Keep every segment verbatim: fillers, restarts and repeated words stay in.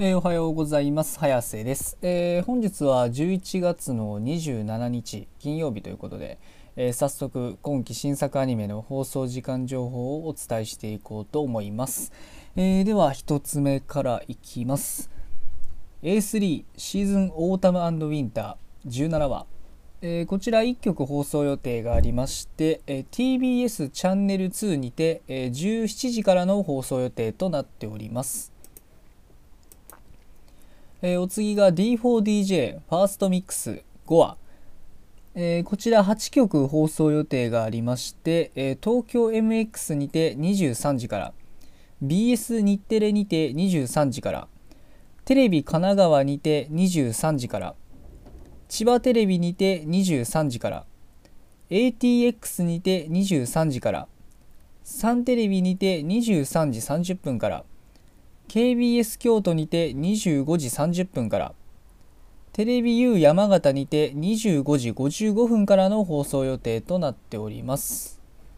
えーおはようございます。早瀬です。えー本日はじゅういちがつのにじゅうしちにち金曜日ということで、えー早速今期新作アニメの放送時間情報をお伝えしていこうと思います。えーではひとつめからいきます。 エースリー シーズンオータム&ウィンターじゅうななわ、えーこちらいっきょく放送予定がありまして、えー ティービーエス チャンネルににて、えーじゅうしちじからの放送予定となっております。えーお次が ディーフォーディージェー ファーストミックスごわ、えーこちらはちきょく放送予定がありまして、えー東京 エムエックス にてにじゅうさんじから、 ビーエス 日テレにてにじゅうさんじから、テレビ神奈川にてにじゅうさんじから、千葉テレビにてにじゅうさんじから、 エーティーエックス にてにじゅうさんじから、サンテレビにてにじゅうさんじさんじゅっぷんから、ケービーエス 京都にてにじゅうごじさんじゅっぷんから、テレビ ユー 山形にてにじゅうごじごじゅうごふんからの放送予定となっております。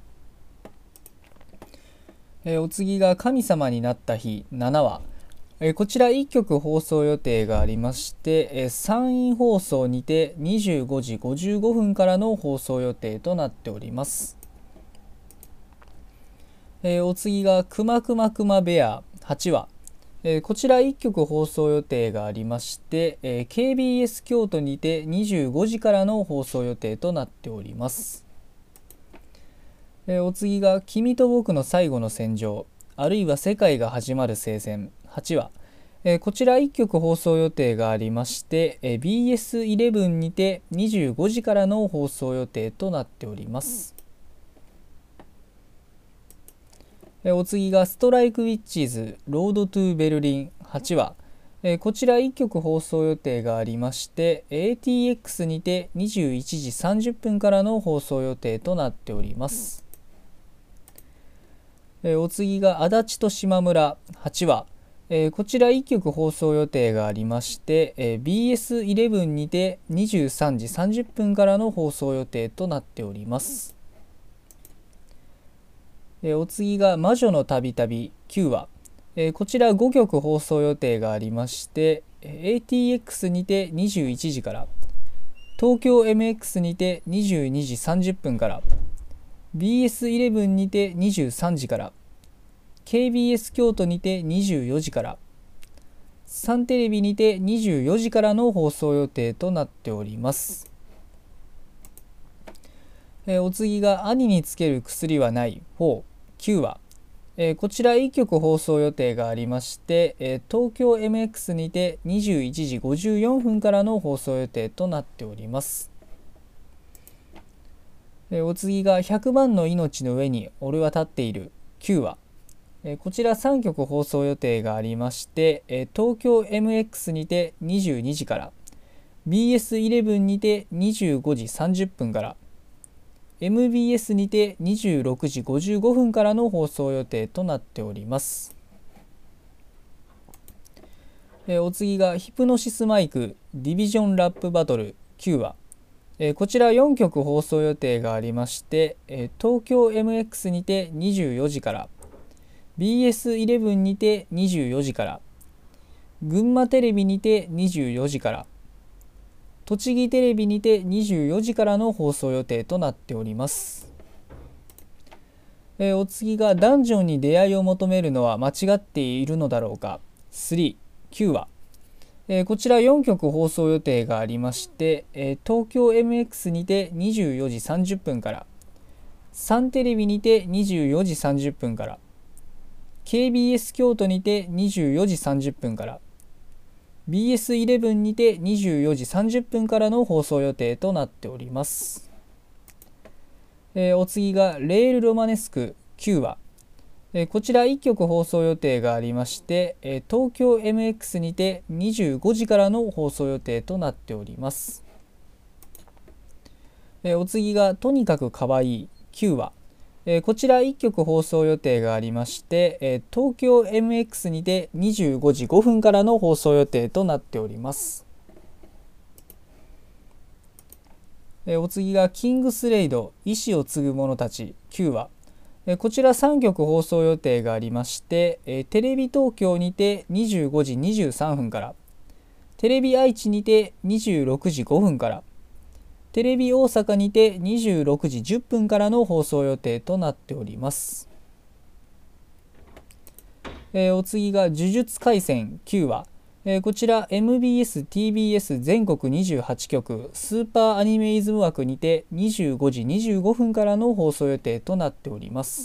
えーお次が神様になった日ななわ、えーこちらいっきょく放送予定がありまして、えー山陰放送にてにじゅうごじごじゅうごふんからの放送予定となっております。えーお次がくまくまくまベアはちわ、えーこちらいっきょく放送予定がありまして、えー ケービーエス 京都にてにじゅうごじからの放送予定となっております。えーお次が君と僕の最後の戦場、あるいは世界が始まる聖戦はちわ、えーこちらいっきょく放送予定がありまして、えー ビーエスイレブン にてにじゅうごじからの放送予定となっております。えーお次がストライクウィッチーズロードトゥーベルリンはちわ、えーこちらいっきょく放送予定がありまして エーティーエックス にてにじゅういちじさんじゅっぷんからの放送予定となっております。えーお次が足立と島村はちわ、えーこちらいっきょく放送予定がありまして、えー ビーエスイレブン にてにじゅうさんじさんじゅっぷんからの放送予定となっております。えーお次が魔女のたびたびきゅうわ、えーこちらごきょく放送予定がありまして エーティーエックス にてにじゅういちじから、東京 エムエックス にてにじゅうにじさんじゅっぷんから、 ビーエスイレブン にてにじゅうさんじから、 ケービーエス 京都にてにじゅうよじから、サンテレビにてにじゅうよじからの放送予定となっております。えーお次が兄につける薬はないよんきゅうわ、えーこちらいっきょく放送予定がありまして、えー東京 エムエックス にてにじゅういちじごじゅうよんふんからの放送予定となっております。えーお次がひゃくまんの命の上に俺は立っているきゅうわ、えーこちらさんきょく放送予定がありまして、えー東京 エムエックス にてにじゅうにじから、 ビーエスイレブン にてにじゅうごじさんじゅっぷんから、エムビーエス にてにじゅうろくじごじゅうごふんからの放送予定となっております。えーお次がヒプノシスマイクディビジョンラップバトルきゅうわ、えーこちらよんきょく放送予定がありまして、えー東京 エムエックス にてにじゅうよじから、 ビーエスイレブン にてにじゅうよじから、群馬テレビにてにじゅうよじから、栃木テレビにてにじゅうよじからの放送予定となっております。えーお次がダンジョンに出会いを求めるのは間違っているのだろうかさんきゅうわ、えーこちらよんきょく放送予定がありまして、えー東京 エムエックス にてにじゅうよじさんじゅっぷんから、サンテレビにてにじゅうよじさんじゅっぷんから、ケービーエス 京都にてにじゅうよじさんじゅっぷんから、ビーエスイレブン にてにじゅうよじさんじゅっぷんからの放送予定となっております。えーお次がレールロマネスクきゅうわ、えーこちらいっきょく放送予定がありまして、えー東京 エムエックス にてにじゅうごじからの放送予定となっております。えーお次がとにかくかわいいきゅうわ、えーこちらいっきょく放送予定がありまして、えー東京 エムエックス にてにじゅうごじごふんからの放送予定となっております。えーお次がキングスレイド意志を継ぐ者たちきゅうわ、 えこちらさんきょく放送予定がありまして、えテレビ東京にてにじゅうごじにじゅうさんぷんから、テレビ愛知にてにじゅうろくじごふんから、テレビ大阪にてにじゅうろくじじゅっぷんからの放送予定となっております。えー、お次が呪術廻戦きゅうわ、えー、こちら エムビーエス、ティービーエス 全国にじゅうはちきょくスーパーアニメイズム枠にてにじゅうごじにじゅうごふんからの放送予定となっております。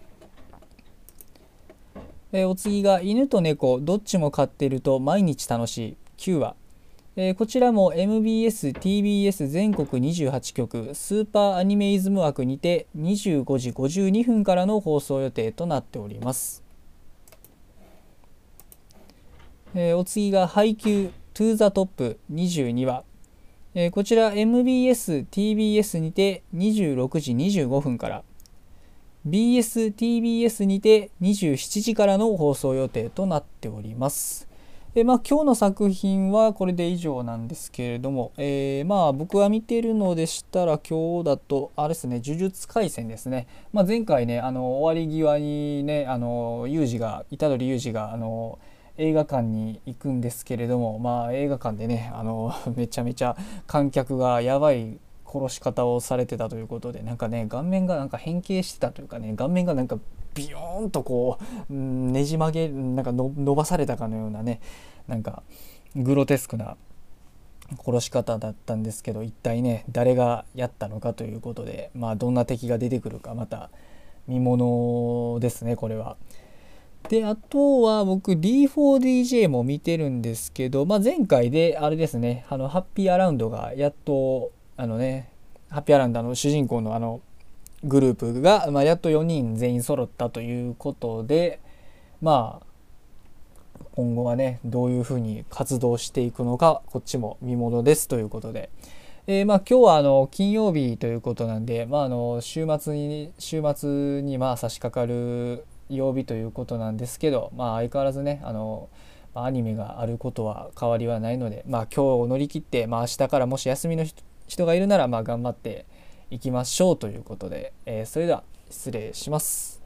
えー、お次が犬と猫どっちも飼っていると毎日楽しいきゅうわ、えー、こちらも エムビーエス、ティービーエス 全国にじゅうはちきょくスーパーアニメイズム枠にてにじゅうごじごじゅうにふんからの放送予定となっております。えー、お次が配給トゥーザトップにじゅうにわ、えー、こちら エムビーエス、ティービーエス にてにじゅうろくじにじゅうごふんから、 ビーエス、ティービーエス にてにじゅうしちじからの放送予定となっております。えーまあ、今日の作品はこれで以上なんですけれども、えー、まあ僕が見ているのでしたら今日だとあれですね、呪術廻戦ですね。まあ、前回ねあの終わり際にねあのユージが虎杖裕二があの映画館に行くんですけれども、まあ映画館でねあのめちゃめちゃ観客がやばい殺し方をされてたということで、なんかね顔面がなんか変形してたというかね、顔面がなんかビヨーンとこうねじ曲げなんかの伸ばされたかのようなね、なんかグロテスクな殺し方だったんですけど、一体ね誰がやったのかということで、まあどんな敵が出てくるかまた見ものですねこれは。であとは僕 ディーフォーディージェー も見てるんですけど、まあ、前回であれですね、あのハッピーアラウンドがやっとあのねハッピーアラウンドの主人公のあのグループが、まあ、やっとよにん全員揃ったということで、まあ今後はねどういうふうに活動していくのかこっちも見ものですということで、えー、まあ今日はあの金曜日ということなんで、まあ、あの週末に週末にまあ差し掛かる曜日ということなんですけど、まあ相変わらずねあのアニメがあることは変わりはないので、まあ今日を乗り切って、まあ明日からもし休みの人がいるならまあ頑張っていきましょうということで、えー、それでは失礼します。